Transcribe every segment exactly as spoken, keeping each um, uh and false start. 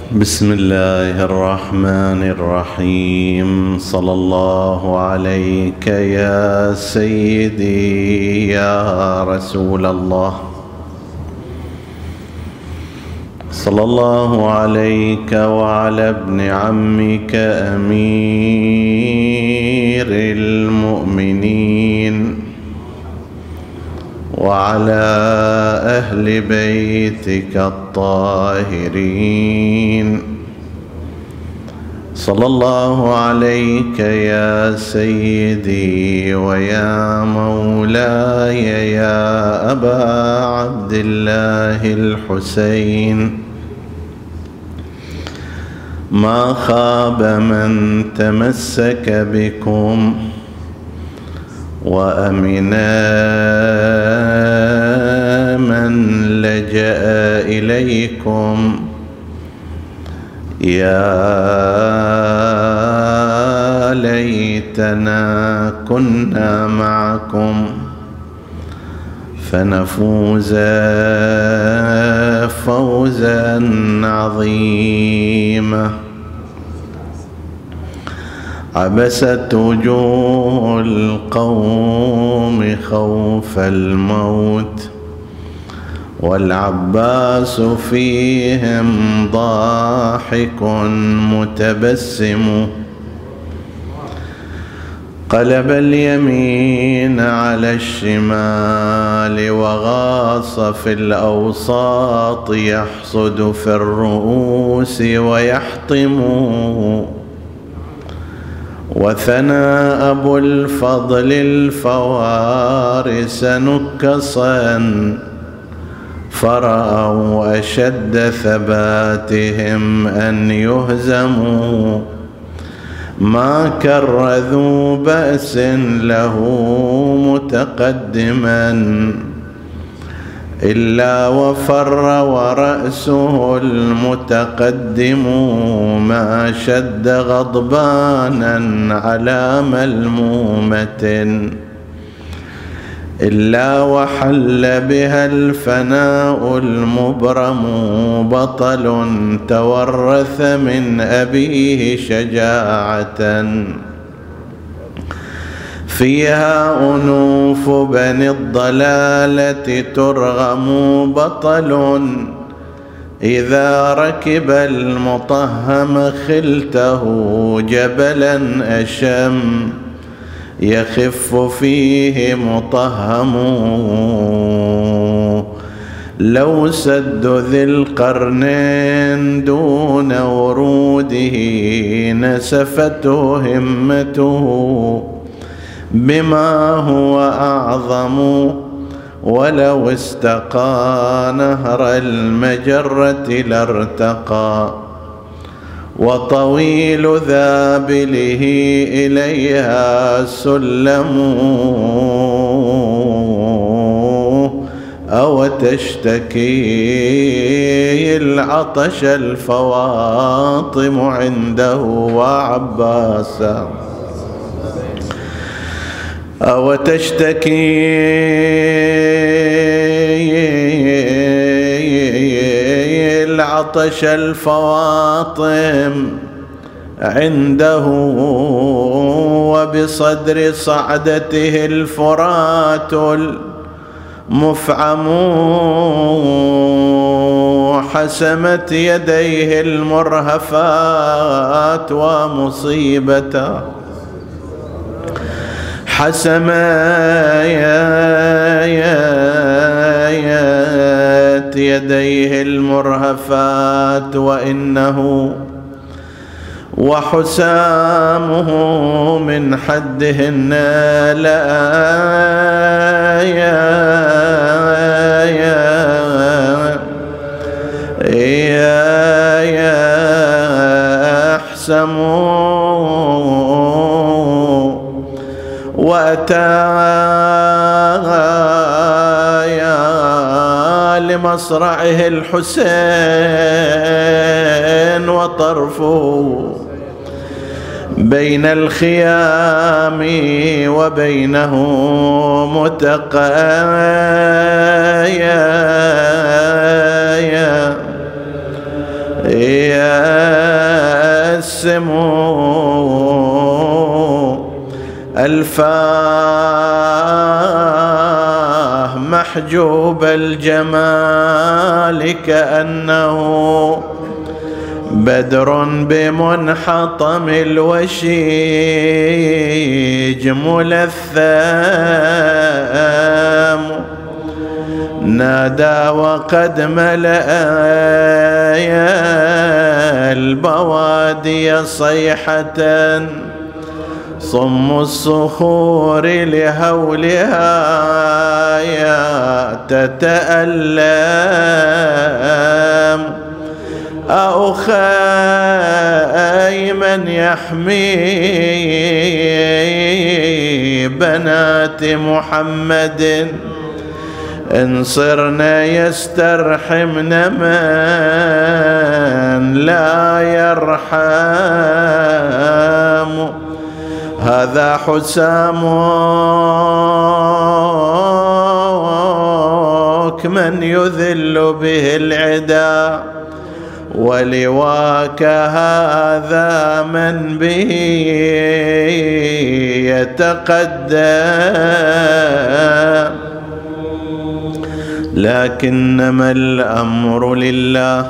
بسم الله الرحمن الرحيم. صلى الله عليك يا سيدي يا رسول الله، صلى الله عليك وعلى ابن عمك أمير المؤمنين وعلى أهل بيتك الطاهرين. صلى الله عليك يا سيدي ويا مولاي يا أبا عبد الله الحسين. ما خاب من تمسك بكم وأمنا من لجأ إليكم. يا ليتنا كنا معكم فنفوز فوزا عظيما. عبست وجوه القوم خوف الموت والعباس فيهم ضاحك متبسم. قلب اليمين على الشمال وغاص في الأوساط يحصد في الرؤوس ويحطم. وثنى أبو الفضل الفوارس نكصا فرأوا أشد ثباتهم أن يهزموا. ما كر ذو بأس له متقدما إلا وفر ورأسه المتقدم. ما شد غضبانا على ملمومة إلا وحل بها الفناء المبرم. بطل تورث من أبيه شجاعة فيها أنوف بني الضلالة ترغم. بطل إذا ركب المطهم خلته جبلا أشم يخف فيه مطهم. لو سد ذي القرنين دون وروده نسفته همته بما هو أعظم. ولو استقى نهر المجرة لارتقى وطويل ذابله إليها سلم. أو تشتكي العطش الفواطم عنده وعباسا. أو تشتكي العطش الفواطم عنده وبصدر صعدته الفرات المفعم. حسمت يديه المرهفات ومصيبته حسمت يديه المرهفات وإنه وحسامه من حدهن لا يحسم. وأتى لمصرعه الحسين وطرفه بين الخيام وبينه متقايا يسمو الفاه محجوب الجمال كأنه بدر بمنحطم الوشيج ملثم نادى وقد ملأ البوادي صيحة صم الصخور لهولها يا تتألم أخي من يحمي بنات محمد إن صرنا يسترحمن من لا يرحم هذا حسامك من يذل به العدا ولواك هذا من به يتقدم لكنما الأمر لله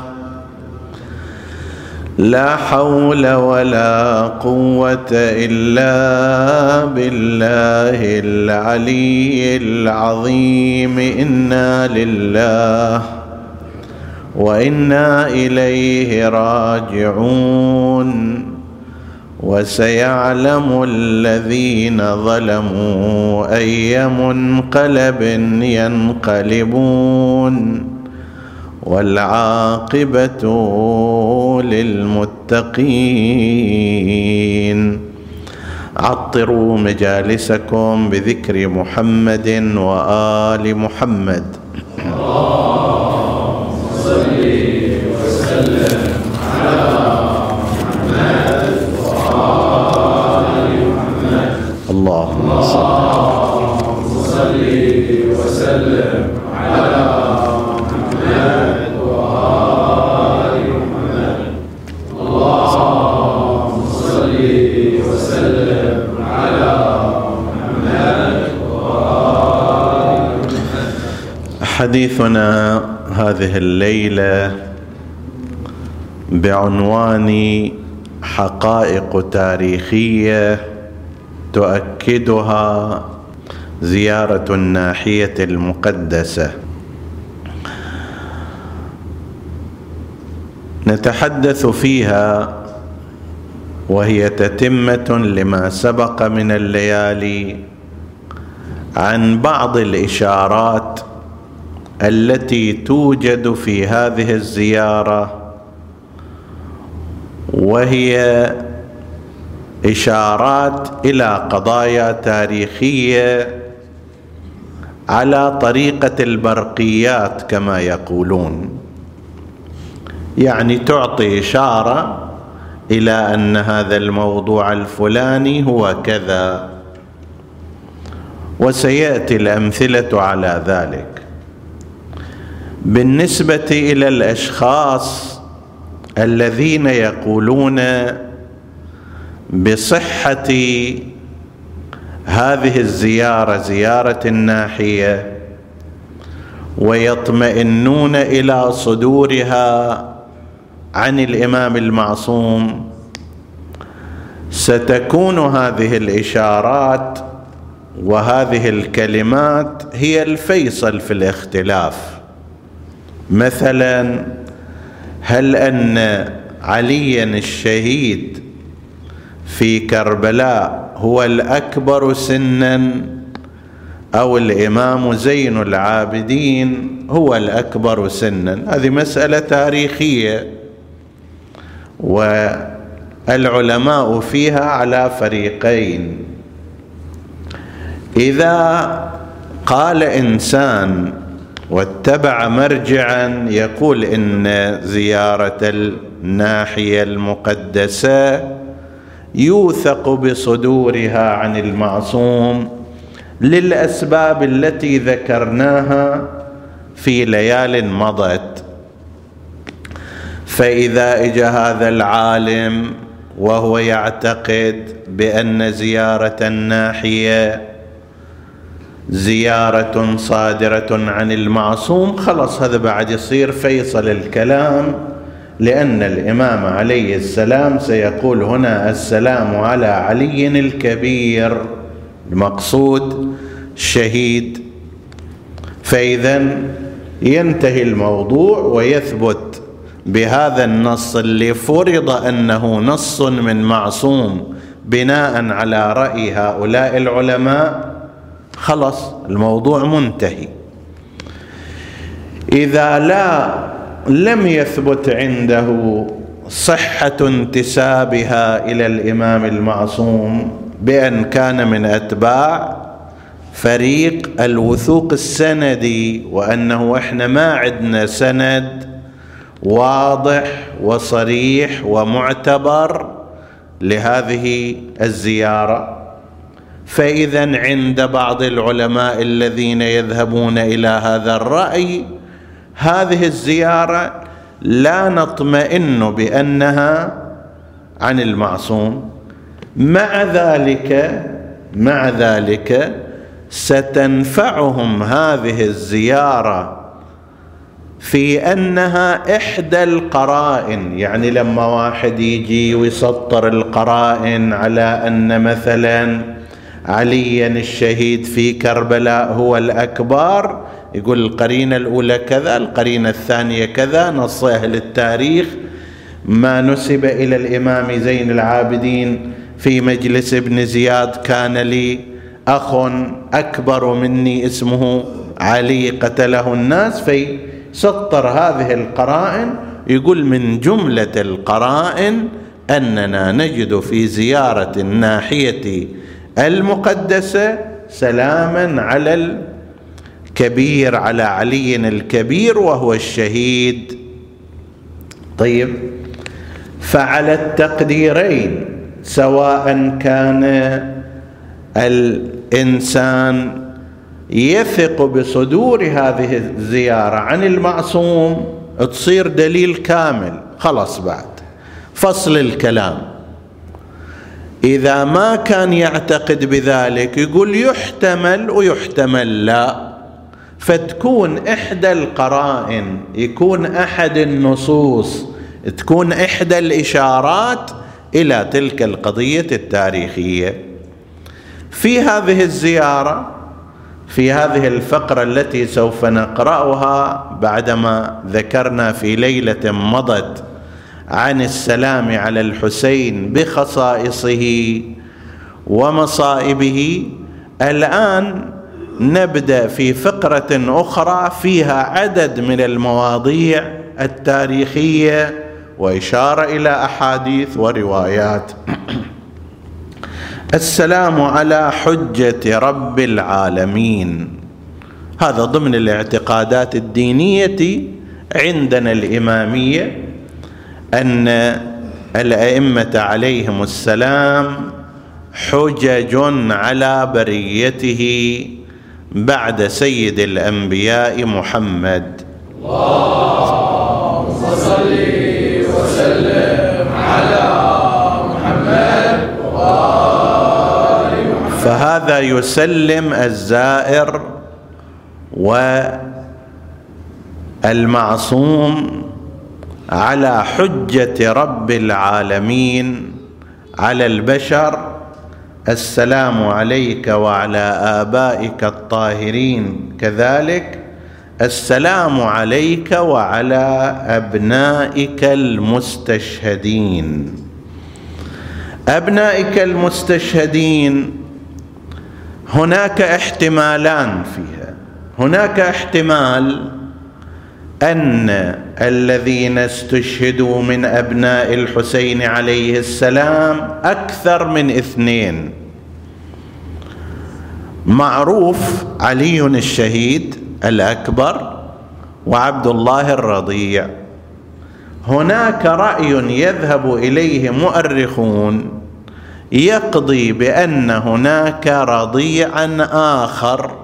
لا حول ولا قوة إلا بالله العلي العظيم إنا لله وإنا إليه راجعون وسيعلم الذين ظلموا أي منقلب ينقلبون والعاقبة للمتقين. عطروا مجالسكم بذكر محمد وآل محمد. اللهم صل وسلم على محمد وآل محمد. اللهم صل وسلم على محمد وآل محمد. اللهم صل وسلم على محمد وآل محمد. حديثنا هذه الليلة بعنوان حقائق تاريخية تؤكدها زيارة الناحية المقدسة. نتحدث فيها وهي تتمة لما سبق من الليالي عن بعض الإشارات التي توجد في هذه الزيارة، وهي إشارات إلى قضايا تاريخية على طريقة البرقيات كما يقولون، يعني تعطي إشارة إلى أن هذا الموضوع الفلاني هو كذا، وسيأتي الأمثلة على ذلك. بالنسبة إلى الأشخاص الذين يقولون بصحة هذه الزيارة، زيارة الناحية، ويطمئنون إلى صدورها عن الإمام المعصوم، ستكون هذه الإشارات وهذه الكلمات هي الفيصل في الاختلاف. مثلا، هل أن عليا الشهيد في كربلاء هو الأكبر سنا، أو الإمام زين العابدين هو الأكبر سنا؟ هذه مسألة تاريخية، والعلماء فيها على فريقين. إذا قال إنسان واتبع مرجعا يقول إن زيارة الناحية المقدسة يوثق بصدورها عن المعصوم للأسباب التي ذكرناها في ليال مضت، فإذا اجى هذا العالم وهو يعتقد بأن زيارة الناحية زيارة صادرة عن المعصوم، خلص هذا بعد يصير فيصل الكلام، لأن الإمام عليه السلام سيقول هنا السلام على علي الكبير، المقصود شهيد. فإذا ينتهي الموضوع ويثبت بهذا النص اللي فرض أنه نص من معصوم بناء على رأي هؤلاء العلماء، خلص الموضوع منتهي. إذا لا لم يثبت عنده صحة انتسابها إلى الإمام المعصوم بأن كان من أتباع فريق الوثوق السندي، وأنه إحنا ما عندنا سند واضح وصريح ومعتبر لهذه الزيارة، فإذا عند بعض العلماء الذين يذهبون إلى هذا الرأي هذه الزيارة لا نطمئن بأنها عن المعصوم. مع ذلك مع ذلك ستنفعهم هذه الزيارة في أنها إحدى القرائن. يعني لما واحد يجي ويسطر القرائن على أن مثلا عليا الشهيد في كربلاء هو الأكبر، يقول القرينة الأولى كذا، القرينة الثانية كذا، نص أهل التاريخ ما نسب إلى الإمام زين العابدين في مجلس ابن زياد كان لي أخ أكبر مني اسمه علي قتله الناس، فيسطر هذه القرائن، يقول من جملة القرائن أننا نجد في زيارة الناحية المقدسة سلاما على الكبير، على علي الكبير وهو الشهيد. طيب، فعلى التقديرين سواء كان الإنسان يثق بصدور هذه الزيارة عن المعصوم تصير دليل كامل، خلص بعد فصل الكلام. إذا ما كان يعتقد بذلك يقول يحتمل ويحتمل لا، فتكون إحدى القرائن، يكون أحد النصوص، تكون إحدى الإشارات إلى تلك القضية التاريخية. في هذه الزيارة، في هذه الفقرة التي سوف نقرأها بعدما ذكرنا في ليلة مضت عن السلام على الحسين بخصائصه ومصائبه، الآن نبدأ في فقرة أخرى فيها عدد من المواضيع التاريخية وإشارة إلى أحاديث وروايات. السلام على حجة رب العالمين، هذا ضمن الاعتقادات الدينية عندنا الإمامية، أن الأئمة عليهم السلام حجج على بريته بعد سيد الأنبياء محمد. اللهم صل وسلم على محمد وآل محمد. فهذا يسلم الزائر والمعصوم على حجة رب العالمين على البشر. السلام عليك وعلى آبائك الطاهرين، كذلك السلام عليك وعلى أبنائك المستشهدين. أبنائك المستشهدين هناك احتمالان فيها. هناك احتمال أن الذين استشهدوا من أبناء الحسين عليه السلام أكثر من اثنين. معروف علي الشهيد الأكبر وعبد الله الرضيع. هناك رأي يذهب إليه مؤرخون يقضي بأن هناك رضيعا آخر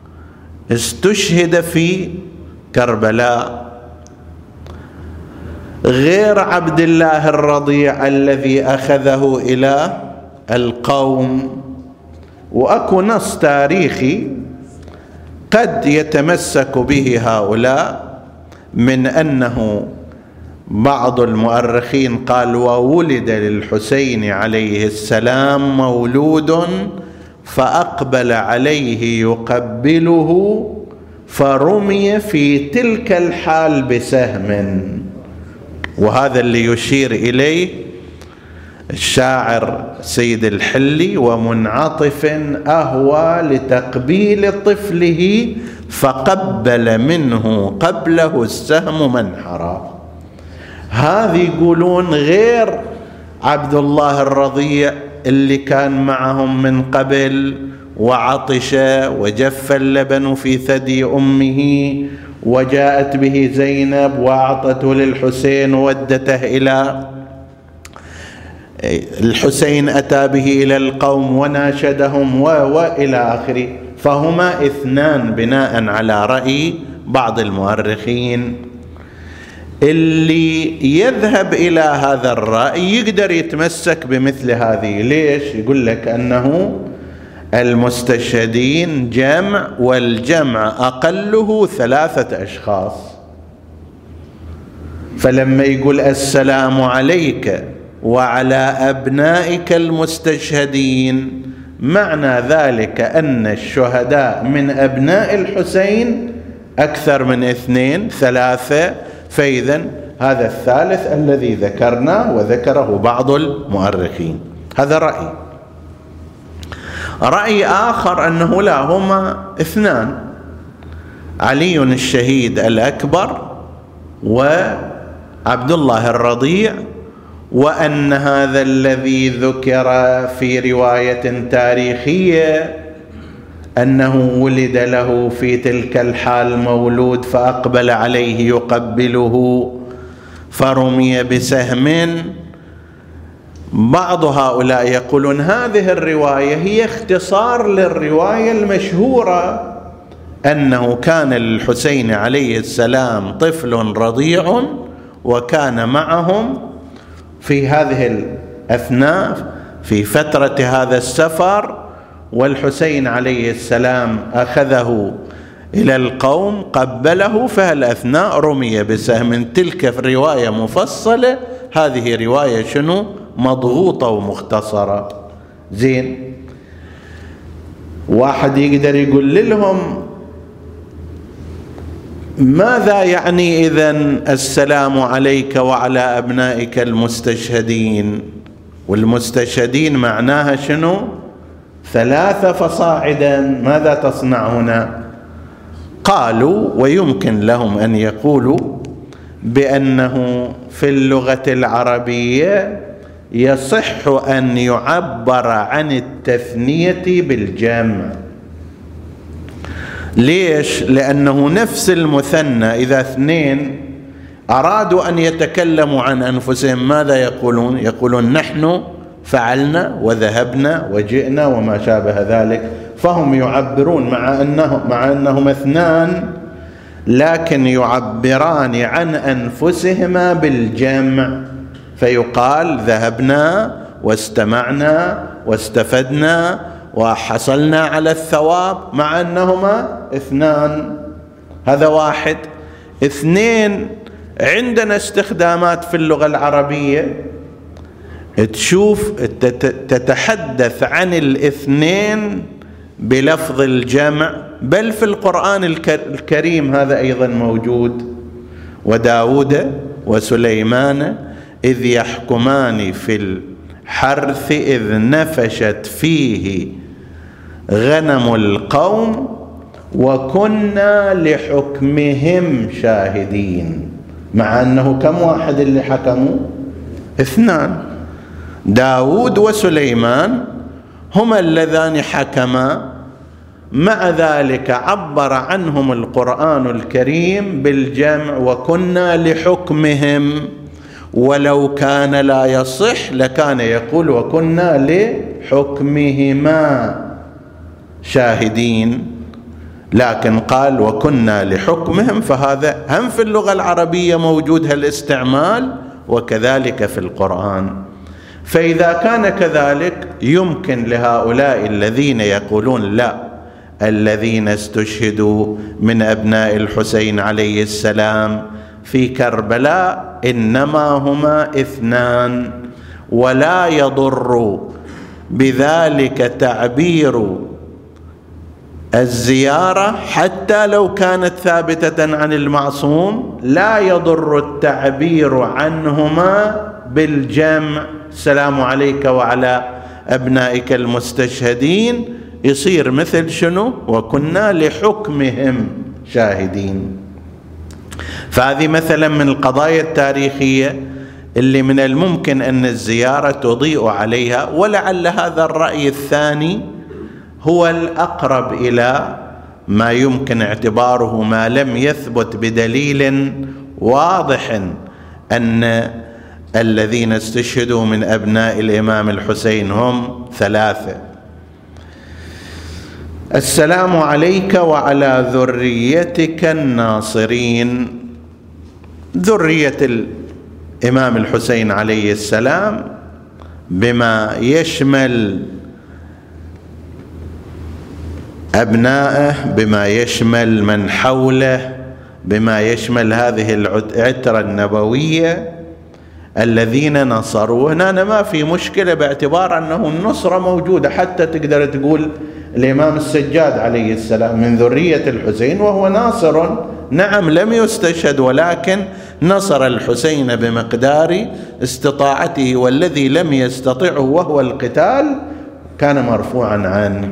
استشهد في كربلاء، غير عبد الله الرضيع الذي أخذه إلى القوم. وأكو نص تاريخي قد يتمسك به هؤلاء من أنه بعض المؤرخين قال وولد للحسين عليه السلام مولود فأقبل عليه يقبله فرمي في تلك الحال بسهم. وهذا اللي يشير إليه الشاعر سيد الحلي: ومنعطف أهوى لتقبيل طفله فقبل منه قبله السهم منحرا. هذه يقولون غير عبد الله الرضيع اللي كان معهم من قبل وعطش وجف اللبن في ثدي أمه وجاءت به زينب وأعطته للحسين وودته إلى الحسين، أتى به إلى القوم وناشدهم وإلى آخره. فهما اثنان بناء على رأي بعض المؤرخين. اللي يذهب إلى هذا الرأي يقدر يتمسك بمثل هذه. ليش؟ يقول لك أنه المستشهدين جمع، والجمع أقله ثلاثة أشخاص. فلما يقول السلام عليك وعلى أبنائك المستشهدين، معنى ذلك أن الشهداء من أبناء الحسين أكثر من اثنين، ثلاثة. فإذن هذا الثالث الذي ذكرناه وذكره بعض المؤرخين. هذا رأي. رأي آخر أنه لا، هما اثنان: علي الشهيد الأكبر وعبد الله الرضيع، وأن هذا الذي ذكر في رواية تاريخية أنه ولد له في تلك الحال مولود فأقبل عليه يقبله فرمي بسهم. بعض هؤلاء يقولون هذه الرواية هي اختصار للرواية المشهورة أنه كان للحسين عليه السلام طفل رضيع وكان معهم في هذه الأثناء في فترة هذا السفر، والحسين عليه السلام أخذه إلى القوم قبله، فهالأثناء رمي بسهم. تلك في رواية مفصلة، هذه رواية شنو؟ مضغوطة ومختصرة. زين، واحد يقدر يقول لهم ماذا يعني إذن السلام عليك وعلى أبنائك المستشهدين؟ والمستشهدين معناها شنو؟ ثلاثة فصاعدا. ماذا تصنع هنا؟ قالوا ويمكن لهم أن يقولوا بأنه في اللغة العربية يصح أن يعبر عن التثنية بالجمع. ليش؟ لأنه نفس المثنى إذا اثنين أرادوا أن يتكلموا عن أنفسهم ماذا يقولون؟ يقولون نحن فعلنا وذهبنا وجئنا وما شابه ذلك. فهم يعبرون مع أنه مع أنهم اثنان، لكن يعبران عن أنفسهما بالجمع، فيقال ذهبنا واستمعنا واستفدنا وحصلنا على الثواب، مع أنهما اثنان. هذا واحد. اثنين، عندنا استخدامات في اللغة العربية تشوف تتحدث عن الاثنين بلفظ الجمع، بل في القرآن الكريم هذا أيضا موجود. وداود وسليمان إذ يحكمان في الحرث إذ نفشت فيه غنم القوم وكنا لحكمهم شاهدين. مع أنه كم واحد اللي حكموا؟ اثنان. داود وسليمان هما اللذان حكما، مع ذلك عبر عنهم القرآن الكريم بالجمع وكنا لحكمهم. ولو كان لا يصح لكان يقول وكنا لحكمهما شاهدين. لكن قال وكنا لحكمهم، فهذا هم في اللغة العربية موجود هالاستعمال وكذلك في القرآن. فإذا كان كذلك يمكن لهؤلاء الذين يقولون لا، الذين استشهدوا من أبناء الحسين عليه السلام في كربلاء إنما هما اثنان، ولا يضر بذلك تعبير الزيارة حتى لو كانت ثابتة عن المعصوم، لا يضر التعبير عنهما بالجمع السلام عليك وعلى أبنائك المستشهدين، يصير مثل شنو؟ وكنا لحكمهم شاهدين. فهذه مثلا من القضايا التاريخية اللي من الممكن أن الزيارة تضيء عليها، ولعل هذا الرأي الثاني هو الأقرب إلى ما يمكن اعتباره ما لم يثبت بدليل واضح أن الذين استشهدوا من أبناء الإمام الحسين هم ثلاثة. السلام عليك وعلى ذريتك الناصرين. ذرية الإمام الحسين عليه السلام بما يشمل أبنائه، بما يشمل من حوله، بما يشمل هذه العترة النبوية الذين نصروا. هنا ما في مشكلة باعتبار أنه النصرة موجودة، حتى تقدر تقول الإمام السجاد عليه السلام من ذرية الحسين وهو ناصر، نعم لم يستشهد ولكن نصر الحسين بمقدار استطاعته، والذي لم يستطعه وهو القتال كان مرفوعا عنه.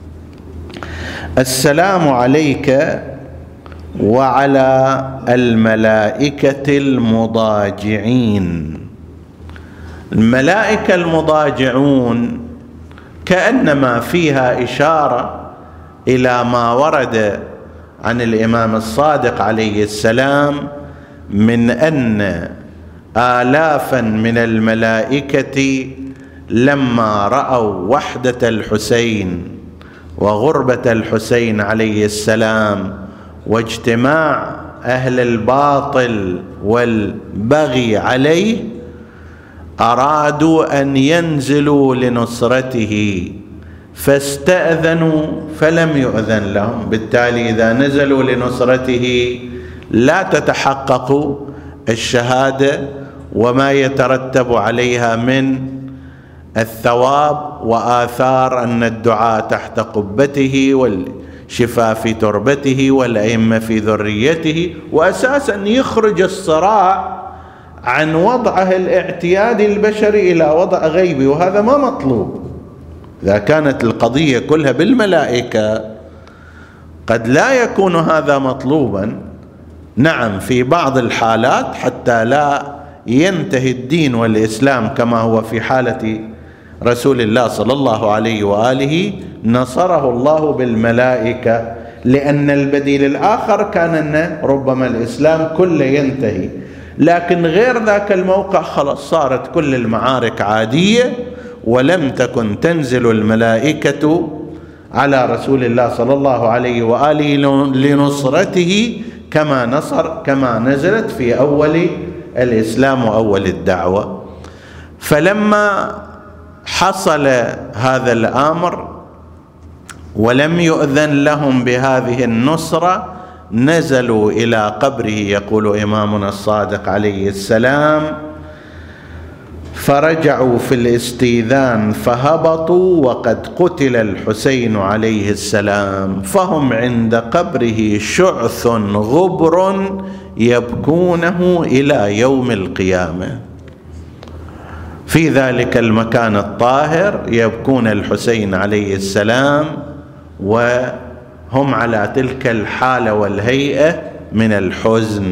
السلام عليك وعلى الملائكة المضاجعين. الملائكة المضاجعون كأنما فيها إشارة إلى ما ورد عن الإمام الصادق عليه السلام من أن آلافا من الملائكة لما رأوا وحدة الحسين وغربة الحسين عليه السلام واجتماع أهل الباطل والبغي عليه أرادوا أن ينزلوا لنصرته فاستأذنوا فلم يؤذن لهم. بالتالي إذا نزلوا لنصرته لا تتحقق الشهادة وما يترتب عليها من الثواب وآثار أن الدعاء تحت قبته والشفاء في تربته والأئمة في ذريته، وأساسا يخرج الصراع عن وضعه الاعتيادي البشري إلى وضع غيبي، وهذا ما مطلوب. إذا كانت القضية كلها بالملائكة قد لا يكون هذا مطلوبا. نعم في بعض الحالات حتى لا ينتهي الدين والإسلام كما هو في حالة رسول الله صلى الله عليه وآله نصره الله بالملائكة، لأن البديل الآخر كان أن ربما الإسلام كله ينتهي، لكن غير ذاك الموقع خلاص صارت كل المعارك عادية ولم تكن تنزل الملائكة على رسول الله صلى الله عليه وآله لنصرته كما نصر كما نزلت في أول الإسلام وأول الدعوة. فلما حصل هذا الأمر ولم يؤذن لهم بهذه النصرة نزلوا إلى قبره، يقول إمامنا الصادق عليه السلام: فرجعوا في الاستئذان فهبطوا وقد قتل الحسين عليه السلام، فهم عند قبره شعث غبر يبكونه إلى يوم القيامة. في ذلك المكان الطاهر يبكون الحسين عليه السلام وهم على تلك الحالة والهيئة من الحزن.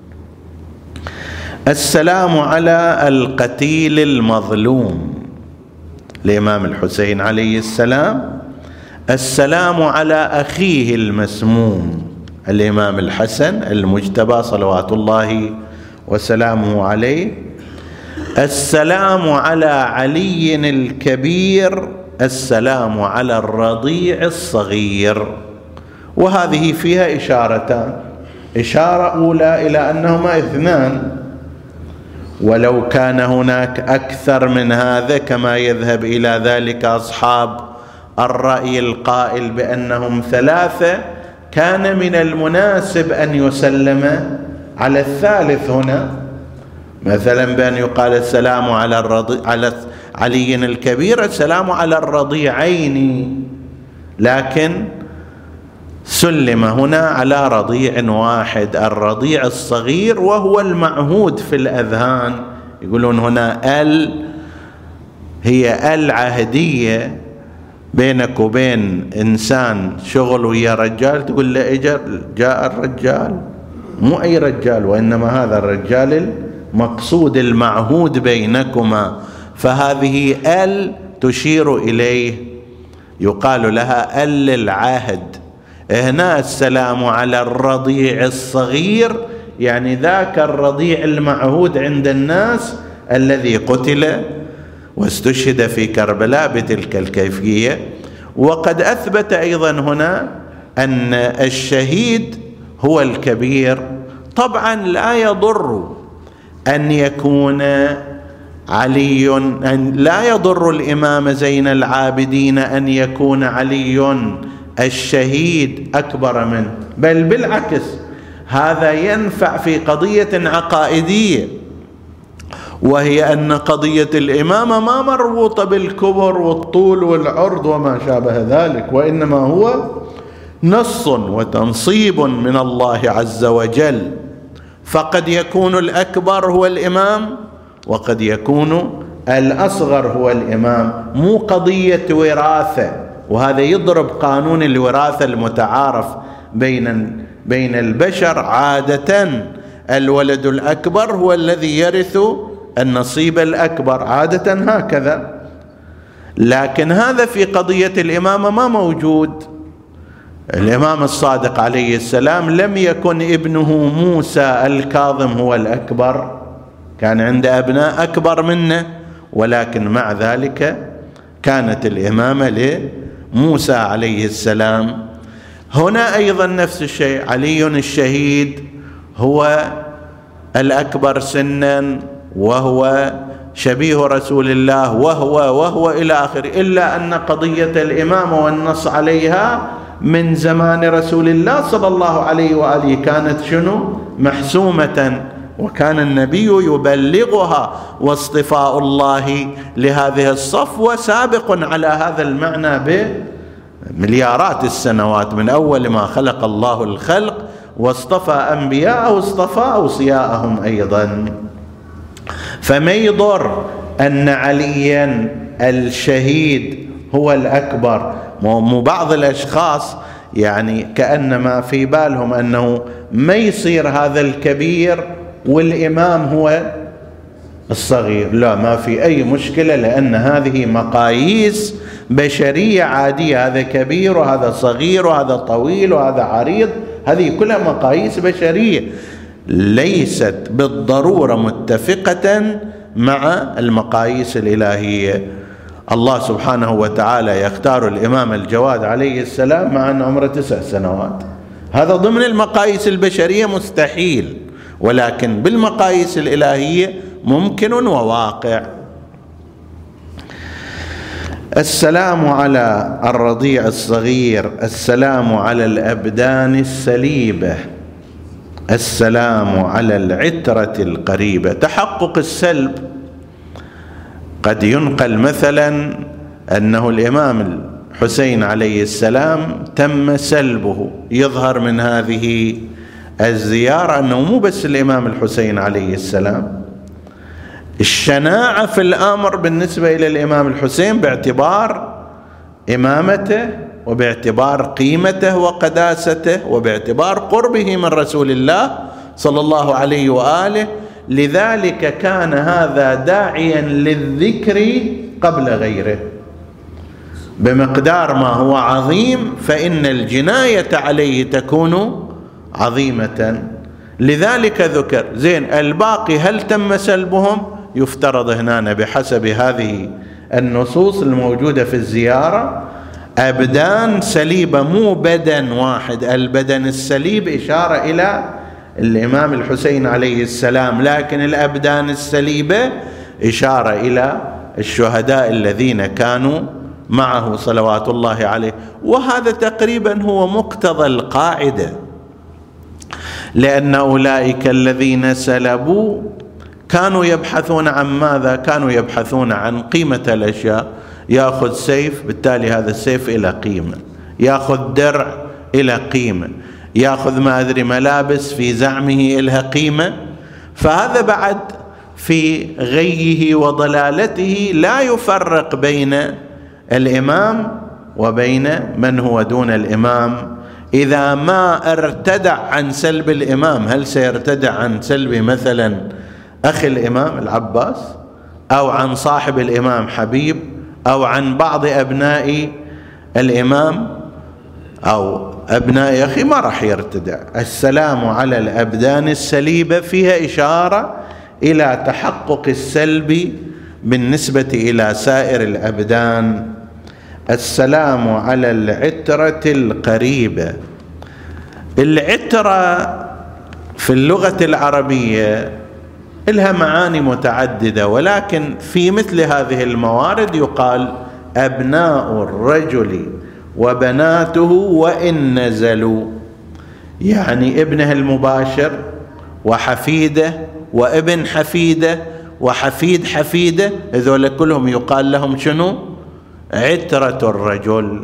السلام على القتيل المظلوم الإمام الحسين عليه السلام، السلام على أخيه المسموم الإمام الحسن المجتبى صلوات الله وسلامه عليه، السلام على علي الكبير، السلام على الرضيع الصغير. وهذه فيها إشارتان: إشارة أولى إلى أنهما اثنان، ولو كان هناك أكثر من هذا كما يذهب إلى ذلك أصحاب الرأي القائل بأنهم ثلاثة، كان من المناسب أن يسلم على الثالث هنا، مثلا بأن يقال السلام على الرضي على علي الكبير، السلام على الرضيعين، لكن سلم هنا على رضيع واحد، الرضيع الصغير، وهو المعهود في الأذهان. يقولون هنا ال هي العهدية بينك وبين إنسان شغل ويا رجال، تقول له جاء الرجال، مو أي رجال، وإنما هذا الرجال المقصود المعهود بينكما، فهذه ال تشير إليه، يقال لها ال العهد. هنا السلام على الرضيع الصغير، يعني ذاك الرضيع المعهود عند الناس الذي قتل واستشهد في كربلاء بتلك الكيفية. وقد أثبت أيضا هنا أن الشهيد هو الكبير. طبعا لا يضر أن يكون علي، أن لا يضر الإمام زين العابدين أن يكون علي الشهيد أكبر منه، بل بالعكس هذا ينفع في قضية عقائدية، وهي أن قضية الإمامة ما مربوطة بالكبر والطول والعرض وما شابه ذلك، وإنما هو نص وتنصيب من الله عز وجل، فقد يكون الأكبر هو الإمام وقد يكون الأصغر هو الإمام، مو قضية وراثة. وهذا يضرب قانون الوراثة المتعارف بين بين البشر، عادة الولد الأكبر هو الذي يرث النصيب الأكبر، عادة هكذا، لكن هذا في قضية الإمامة ما موجود. الإمام الصادق عليه السلام لم يكن ابنه موسى الكاظم هو الأكبر، كان عنده أبناء أكبر منه، ولكن مع ذلك كانت الإمامة لموسى عليه السلام. هنا أيضا نفس الشيء، علي الشهيد هو الأكبر سنا، وهو شبيه رسول الله، وهو وهو إلى آخره، إلا أن قضية الإمامة والنص عليها من زمان رسول الله صلى الله عليه وآله كانت شنو؟ محسومة، وكان النبي يبلغها، واصطفاء الله لهذه الصفوة سابق على هذا المعنى بمليارات السنوات، من أول ما خلق الله الخلق واصطفى أنبياءه اصطفى أوصياءهم أيضا. فما يضر أن عليا الشهيد هو الأكبر. مو بعض الأشخاص يعني كأنما في بالهم أنه ما يصير هذا الكبير والإمام هو الصغير، لا، ما في أي مشكلة، لأن هذه مقاييس بشرية عادية، هذا كبير وهذا صغير وهذا طويل وهذا عريض، هذه كلها مقاييس بشرية ليست بالضرورة متفقة مع المقاييس الإلهية. الله سبحانه وتعالى يختار الإمام الجواد عليه السلام مع أن عمره تسع سنوات، هذا ضمن المقاييس البشرية مستحيل، ولكن بالمقاييس الإلهية ممكن وواقع. السلام على الرضيع الصغير، السلام على الأبدان السليبة، السلام على العترة القريبة. تحقق السلب قد ينقل مثلا أنه الإمام الحسين عليه السلام تم سلبه، يظهر من هذه الزيارة أنه مو بس الإمام الحسين عليه السلام، الشناعة في الأمر بالنسبة إلى الإمام الحسين باعتبار إمامته وباعتبار قيمته وقداسته وباعتبار قربه من رسول الله صلى الله عليه وآله، لذلك كان هذا داعيا للذكر قبل غيره بمقدار ما هو عظيم، فإن الجناية عليه تكون عظيمة، لذلك ذكر. زين، الباقي هل تم سلبهم؟ يفترض هنا بحسب هذه النصوص الموجودة في الزيارة أبدان سليبة، مو بدن واحد. البدن السليب إشارة إلى الإمام الحسين عليه السلام، لكن الأبدان السليبة إشارة إلى الشهداء الذين كانوا معه صلوات الله عليه. وهذا تقريبا هو مقتضى القاعدة، لأن أولئك الذين سلبوا كانوا يبحثون عن ماذا؟ كانوا يبحثون عن قيمة الأشياء. يأخذ سيف، بالتالي هذا السيف إلى قيمة، يأخذ درع إلى قيمة، يأخذ ما أدري ملابس في زعمه إلها قيمة. فهذا بعد في غيه وضلالته لا يفرق بين الإمام وبين من هو دون الإمام. إذا ما ارتدع عن سلب الإمام، هل سيرتدع عن سلب مثلا أخي الإمام العباس، أو عن صاحب الإمام حبيب، أو عن بعض أبناء الإمام أو أبناء أخي؟ ما راح يرتدع. السلام على الأبدان السليبة فيها إشارة إلى تحقق السلب بالنسبة إلى سائر الأبدان. السلام على العترة القريبة. العترة في اللغة العربية لها معاني متعددة، ولكن في مثل هذه الموارد يقال أبناء الرجل وبناته وإن نزلوا، يعني ابنه المباشر وحفيده وابن حفيده وحفيد حفيده، هذول كلهم يقال لهم شنو؟ عترة الرجل.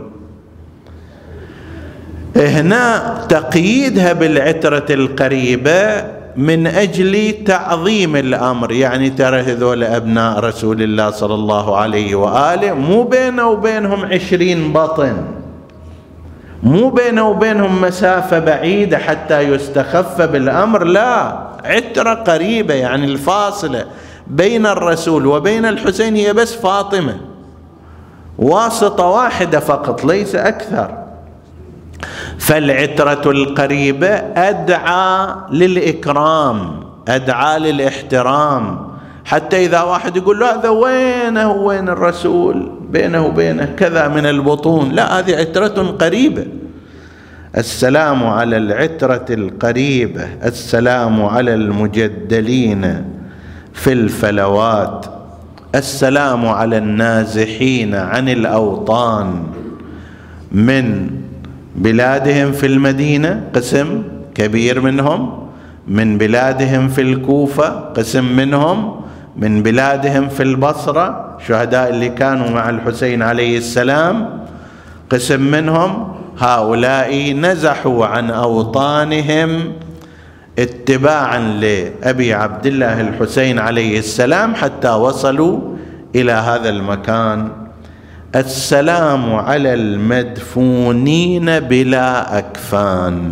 هنا تقييدها بالعترة القريبة من أجل تعظيم الأمر، يعني ترى هذول أبناء رسول الله صلى الله عليه وآله مو بينه وبينهم عشرين بطن، مو بينه وبينهم مسافة بعيدة حتى يستخف بالأمر، لا، عترة قريبة، يعني الفاصلة بين الرسول وبين الحسين هي بس فاطمة، واسطة واحدة فقط ليس أكثر. فالعترة القريبة أدعى للإكرام، أدعى للاحترام، حتى إذا واحد يقول له هذا وينه وين الرسول بينه وبينه كذا من البطون، لا، هذه عترة قريبة. السلام على العترة القريبة، السلام على المجدلين في الفلوات، السلام على النازحين عن الأوطان من بلادهم في المدينة، قسم كبير منهم، من بلادهم في الكوفة قسم منهم، من بلادهم في البصرة شهداء اللي كانوا مع الحسين عليه السلام قسم منهم، هؤلاء نزحوا عن أوطانهم اتباعا لأبي عبد الله الحسين عليه السلام حتى وصلوا إلى هذا المكان. السلام على المدفونين بلا أكفان.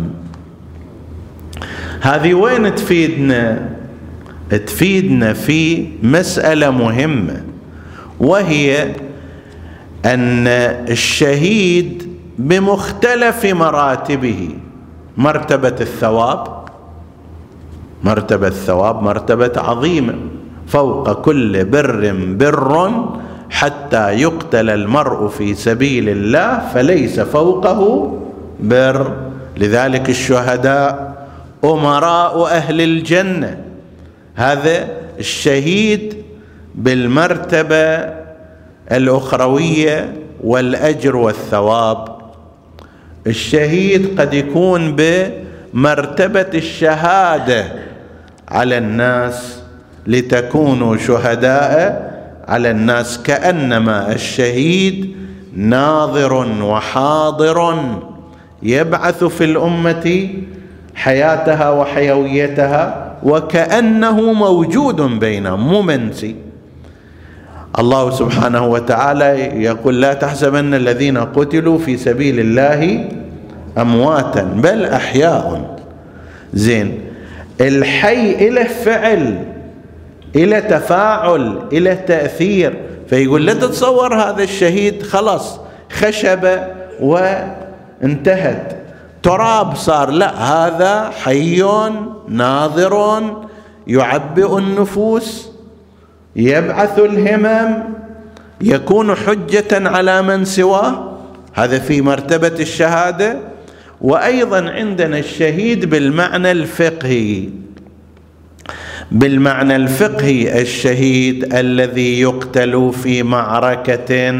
هذه وين تفيدنا؟ تفيدنا في مسألة مهمة، وهي أن الشهيد بمختلف مراتبه، مرتبة الثواب، مرتبة الثواب مرتبة عظيمة، فوق كل بر بر حتى يقتل المرء في سبيل الله فليس فوقه بر. لذلك الشهداء أمراء أهل الجنة. هذا الشهيد بالمرتبة الأخروية والأجر والثواب. الشهيد قد يكون بمرتبة الشهادة على الناس، لتكونوا شهداء على الناس، كأنما الشهيد ناظر وحاضر يبعث في الأمة حياتها وحيويتها، وكأنه موجود بينهم مو منسي. الله سبحانه وتعالى يقول لا تحسبن الذين قتلوا في سبيل الله أمواتا بل أحياء. زين، الحي إله فعل، إلى تفاعل، إلى تأثير، فيقول لا تتصور هذا الشهيد خلص خشبة وانتهت تراب صار، لا، هذا حي ناظر يعبئ النفوس، يبعث الهمم، يكون حجة على من سواه. هذا في مرتبة الشهادة. وأيضا عندنا الشهيد بالمعنى الفقهي. بالمعنى الفقهي الشهيد الذي يقتل في معركة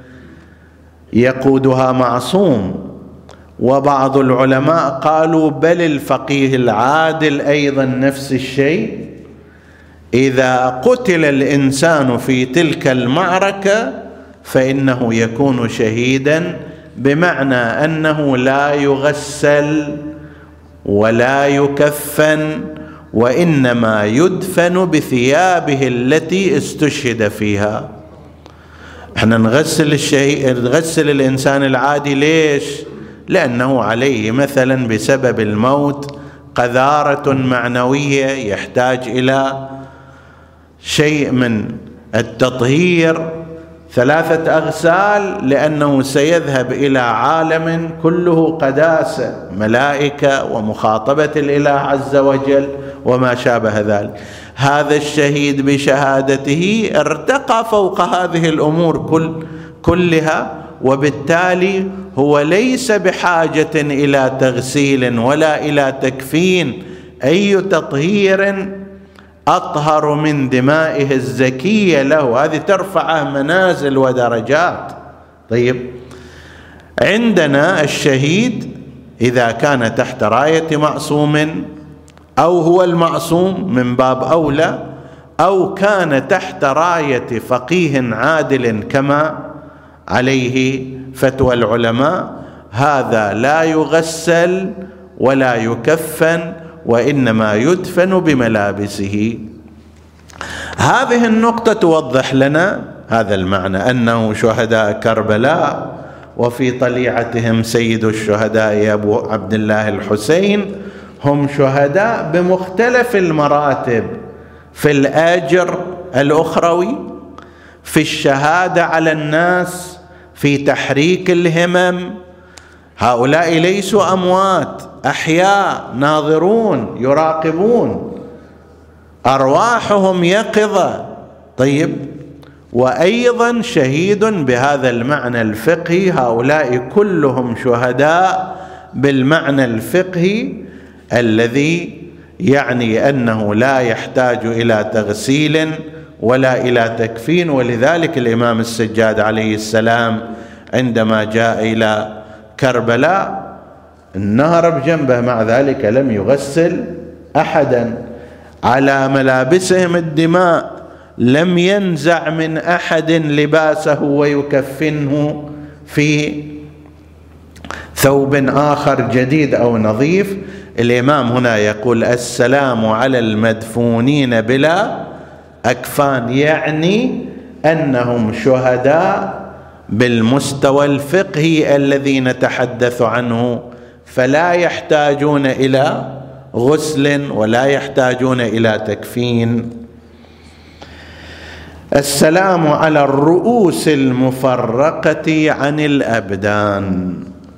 يقودها معصوم. وبعض العلماء قالوا بل الفقيه العادل أيضا نفس الشيء، إذا قتل الإنسان في تلك المعركة فإنه يكون شهيدا، بمعنى أنه لا يغسل ولا يكفن، وإنما يدفن بثيابه التي استشهد فيها. احنا نغسل الشهيد، نغسل الإنسان العادي ليش؟ لأنه عليه مثلا بسبب الموت قذارة معنوية يحتاج إلى شيء من التطهير، ثلاثة أغسال، لأنه سيذهب إلى عالم كله قداسة، ملائكة ومخاطبة الإله عز وجل وما شابه ذلك. هذا الشهيد بشهادته ارتقى فوق هذه الأمور كل كلها، وبالتالي هو ليس بحاجة إلى تغسيل ولا إلى تكفين. أي تطهير أطهر من دمائه الزكية له، هذه ترفعه منازل ودرجات. طيب، عندنا الشهيد إذا كان تحت راية معصوم أو هو المعصوم من باب أولى، أو كان تحت راية فقيه عادل كما عليه فتوى العلماء، هذا لا يغسل ولا يكفن، وإنما يدفن بملابسه. هذه النقطة توضح لنا هذا المعنى، أنه شهداء كربلاء وفي طليعتهم سيد الشهداء أبو عبد الله الحسين هم شهداء بمختلف المراتب، في الأجر الأخروي، في الشهادة على الناس، في تحريك الهمم. هؤلاء ليسوا أموات، أحياء ناظرون يراقبون، أرواحهم يقظة. طيب، وأيضا شهيد بهذا المعنى الفقهي، هؤلاء كلهم شهداء بالمعنى الفقهي الذي يعني أنه لا يحتاج إلى تغسيل ولا إلى تكفين. ولذلك الإمام السجاد عليه السلام عندما جاء إلى كربلاء النهر بجنبه، مع ذلك لم يغسل أحدا. على ملابسهم الدماء، لم ينزع من أحد لباسه ويكفنه في ثوب آخر جديد أو نظيف. الإمام هنا يقول السلام على المدفونين بلا أكفان، يعني أنهم شهداء بالمستوى الفقهي الذي نتحدث عنه، فلا يحتاجون إلى غسل ولا يحتاجون إلى تكفين. السلام على الرؤوس المفرقة عن الأبدان.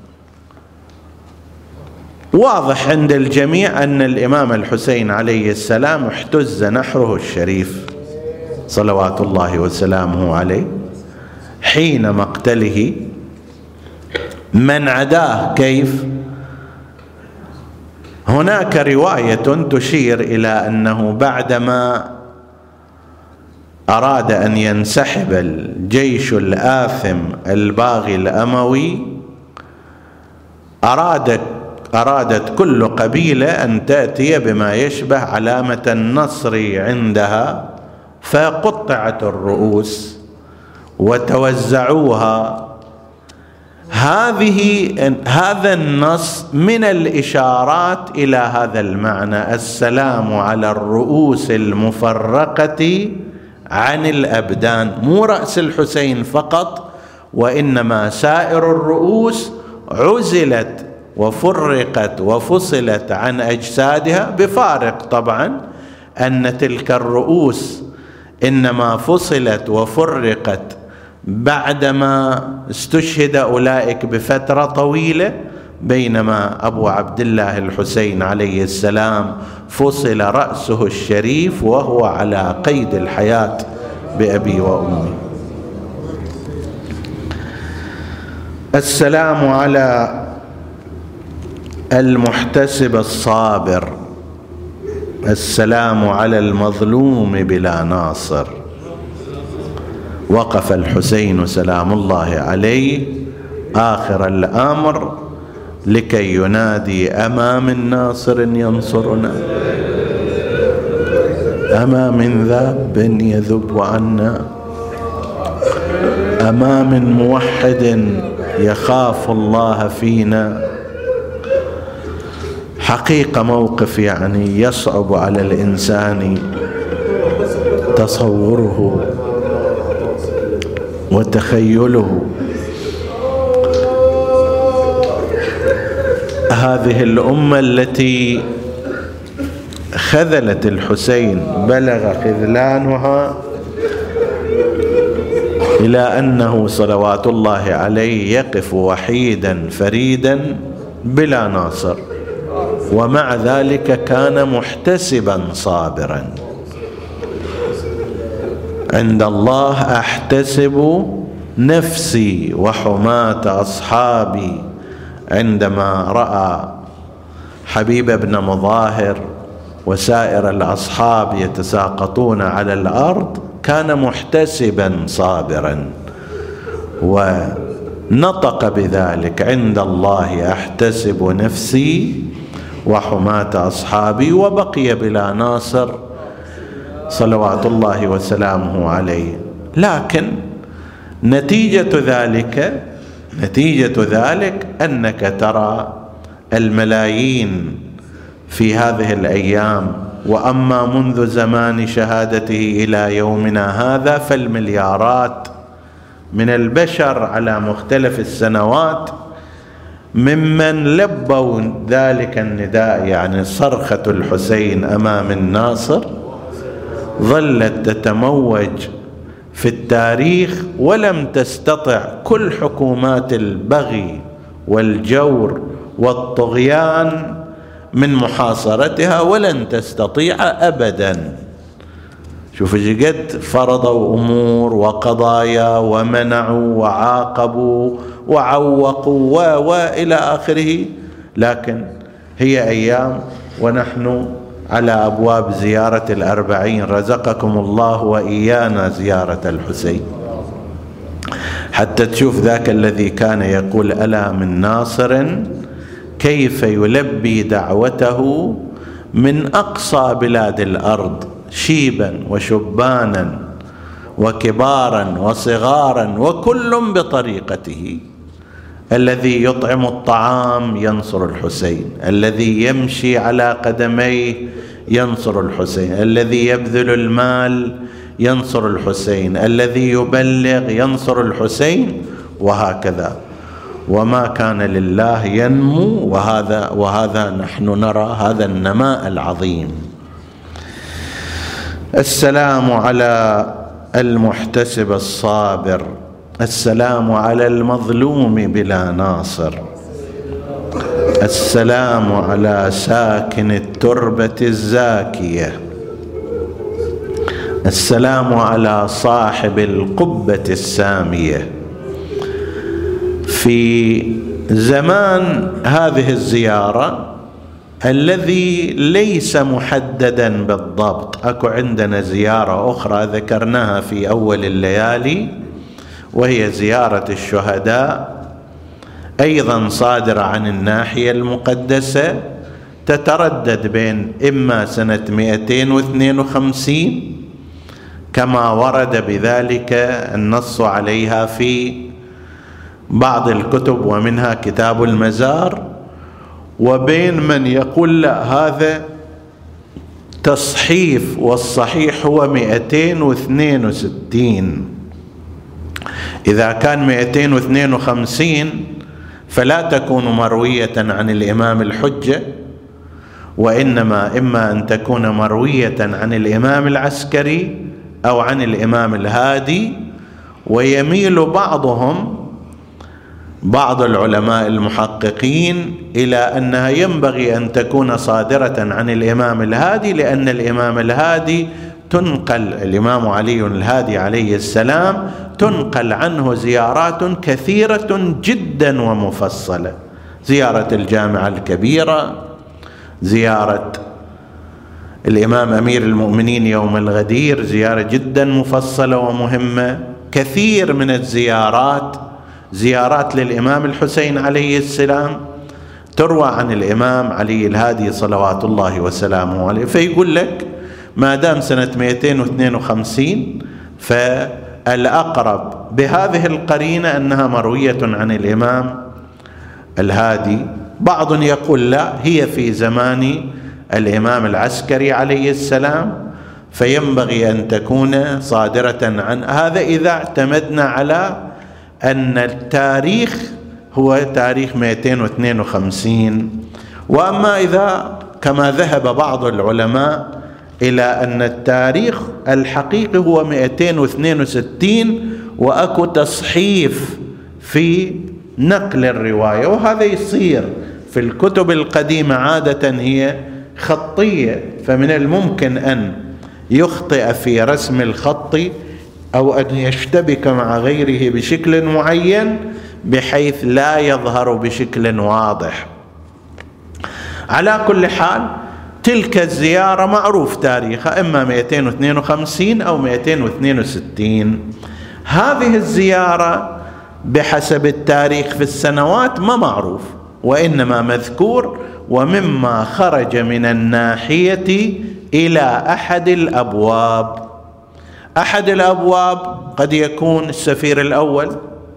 واضح عند الجميع أن الإمام الحسين عليه السلام احتز نحره الشريف صلوات الله وسلامه عليه حين مقتله. من عداه كيف؟ هناك رواية تشير إلى أنه بعدما أراد أن ينسحب الجيش الآثم الباغي الأموي، أرادت أرادت كل قبيلة أن تأتي بما يشبه علامة النصر عندها، فقطعت الرؤوس وتوزعوها. هذه هذا النص من الإشارات إلى هذا المعنى، السلام على الرؤوس المفرقة عن الأبدان، مو رأس الحسين فقط، وإنما سائر الرؤوس عزلت وفرقت وفصلت عن أجسادها، بفارق طبعا أن تلك الرؤوس إنما فصلت وفرقت بعدما استشهد أولئك بفترة طويلة، بينما أبو عبد الله الحسين عليه السلام فصل رأسه الشريف وهو على قيد الحياة بأبي وأمي. السلام على المحتسب الصابر، السلام على المظلوم بلا ناصر. وقف الحسين سلام الله عليه آخر الأمر لكي ينادي: أما من ناصر ينصرنا، أما من ذاب يذب عنا، أما من موحد يخاف الله فينا. حقيقة موقف يعني يصعب على الإنسان تصوره وتخيله. هذه الأمة التي خذلت الحسين بلغ خذلانها إلى أنه صلوات الله عليه يقف وحيدا فريدا بلا ناصر، ومع ذلك كان محتسبا صابرا. عند الله أحتسب نفسي وحماة أصحابي. عندما رأى حبيب بن مظاهر وسائر الأصحاب يتساقطون على الأرض كان محتسبا صابرا ونطق بذلك: عند الله أحتسب نفسي وحماة أصحابي، وبقي بلا ناصر صلوات الله وسلامه عليه. لكن نتيجة ذلك نتيجة ذلك أنك ترى الملايين في هذه الأيام، وأما منذ زمان شهادته إلى يومنا هذا فالمليارات من البشر على مختلف السنوات ممن لبوا ذلك النداء، يعني صرخة الحسين أمام الناصر ظلت تتموج في التاريخ، ولم تستطع كل حكومات البغي والجور والطغيان من محاصرتها، ولن تستطيع أبدا. شوف قد فرضوا أمور وقضايا ومنعوا وعاقبوا وعوقوا وإلى آخره، لكن هي أيام ونحن على أبواب زيارة الأربعين. رزقكم الله وإيانا زيارة الحسين حتى تشوف ذاك الذي كان يقول: ألا من ناصر كيف يلبي دعوته من أقصى بلاد الأرض، شيبا وشبانا وكبارا وصغارا وكل بطريقته. الذي يطعم الطعام ينصر الحسين، الذي يمشي على قدميه ينصر الحسين، الذي يبذل المال ينصر الحسين، الذي يبلغ ينصر الحسين، وهكذا. وما كان لله ينمو، وهذا وهذا نحن نرى هذا النماء العظيم. السلام على المحتسب الصابر، السلام على المظلوم بلا ناصر، السلام على ساكن التربة الزاكية، السلام على صاحب القبة السامية. في زمان هذه الزيارة الذي ليس محددا بالضبط، أكو عندنا زيارة أخرى ذكرناها في أول الليالي، وهي زيارة الشهداء، أيضا صادرة عن الناحية المقدسة، تتردد بين إما سنة مئتين واثنين وخمسين كما ورد بذلك النص عليها في بعض الكتب ومنها كتاب المزار، وبين من يقول لا هذا تصحيف والصحيح هو مئتين واثنين وستين. إذا كان مئتين واثنين وخمسين فلا تكون مروية عن الإمام الحجة، وإنما إما أن تكون مروية عن الإمام العسكري أو عن الإمام الهادي. ويميل بعضهم بعض العلماء المحققين إلى أنها ينبغي أن تكون صادرة عن الإمام الهادي، لأن الإمام الهادي تنقل الإمام علي الهادي عليه السلام تنقل عنه زيارات كثيرة جدا ومفصلة: زيارة الجامعة الكبيرة، زيارة الإمام أمير المؤمنين يوم الغدير، زيارة جدا مفصلة ومهمة. كثير من الزيارات زيارات للإمام الحسين عليه السلام تروى عن الإمام علي الهادي صلوات الله وسلامه عليه. فيقول لك ما دام سنة مئتين واثنين وخمسين فالأقرب بهذه القرينة أنها مروية عن الإمام الهادي. بعض يقول لا، هي في زمان الإمام العسكري عليه السلام، فينبغي أن تكون صادرة عن هذا إذا اعتمدنا على أن التاريخ هو تاريخ مئتين واثنين وخمسين. وأما إذا كما ذهب بعض العلماء إلى أن التاريخ الحقيقي هو مئتين واثنين وستين وأكو تصحيف في نقل الرواية، وهذا يصير في الكتب القديمة عادة هي خطية، فمن الممكن أن يخطئ في رسم الخط أو أن يشتبك مع غيره بشكل معين بحيث لا يظهر بشكل واضح. على كل حال تلك الزيارة معروف تاريخها إما مئتين واثنين وخمسين أو مئتين واثنين وستين. هذه الزيارة بحسب التاريخ في السنوات ما معروف، وإنما مذكور ومما خرج من الناحية إلى أحد الأبواب. أحد الأبواب قد يكون السفير الأول،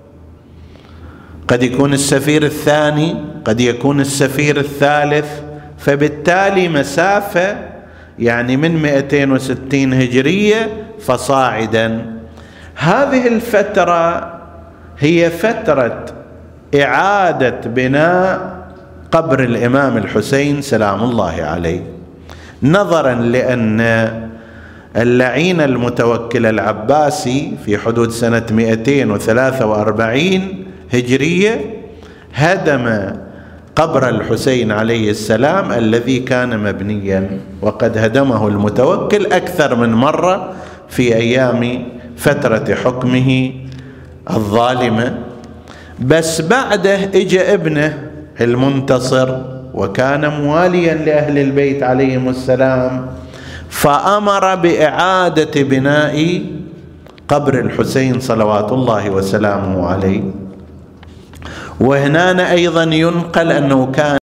قد يكون السفير الثاني، قد يكون السفير الثالث، فبالتالي مسافة يعني من مئتين وستين هجرية فصاعدا. هذه الفترة هي فترة إعادة بناء قبر الإمام الحسين سلام الله عليه، نظرا لأن اللعين المتوكل العباسي في حدود سنة مئتين وثلاثة وأربعين هجرية هدم قبر الحسين عليه السلام الذي كان مبنيا، وقد هدمه المتوكل أكثر من مرة في أيام فترة حكمه الظالمة. بس بعده اجى ابنه المنتصر وكان مواليا لأهل البيت عليهم السلام، فأمر بإعادة بناء قبر الحسين صلوات الله وسلامه عليه. وهنا أيضا ينقل أنه كان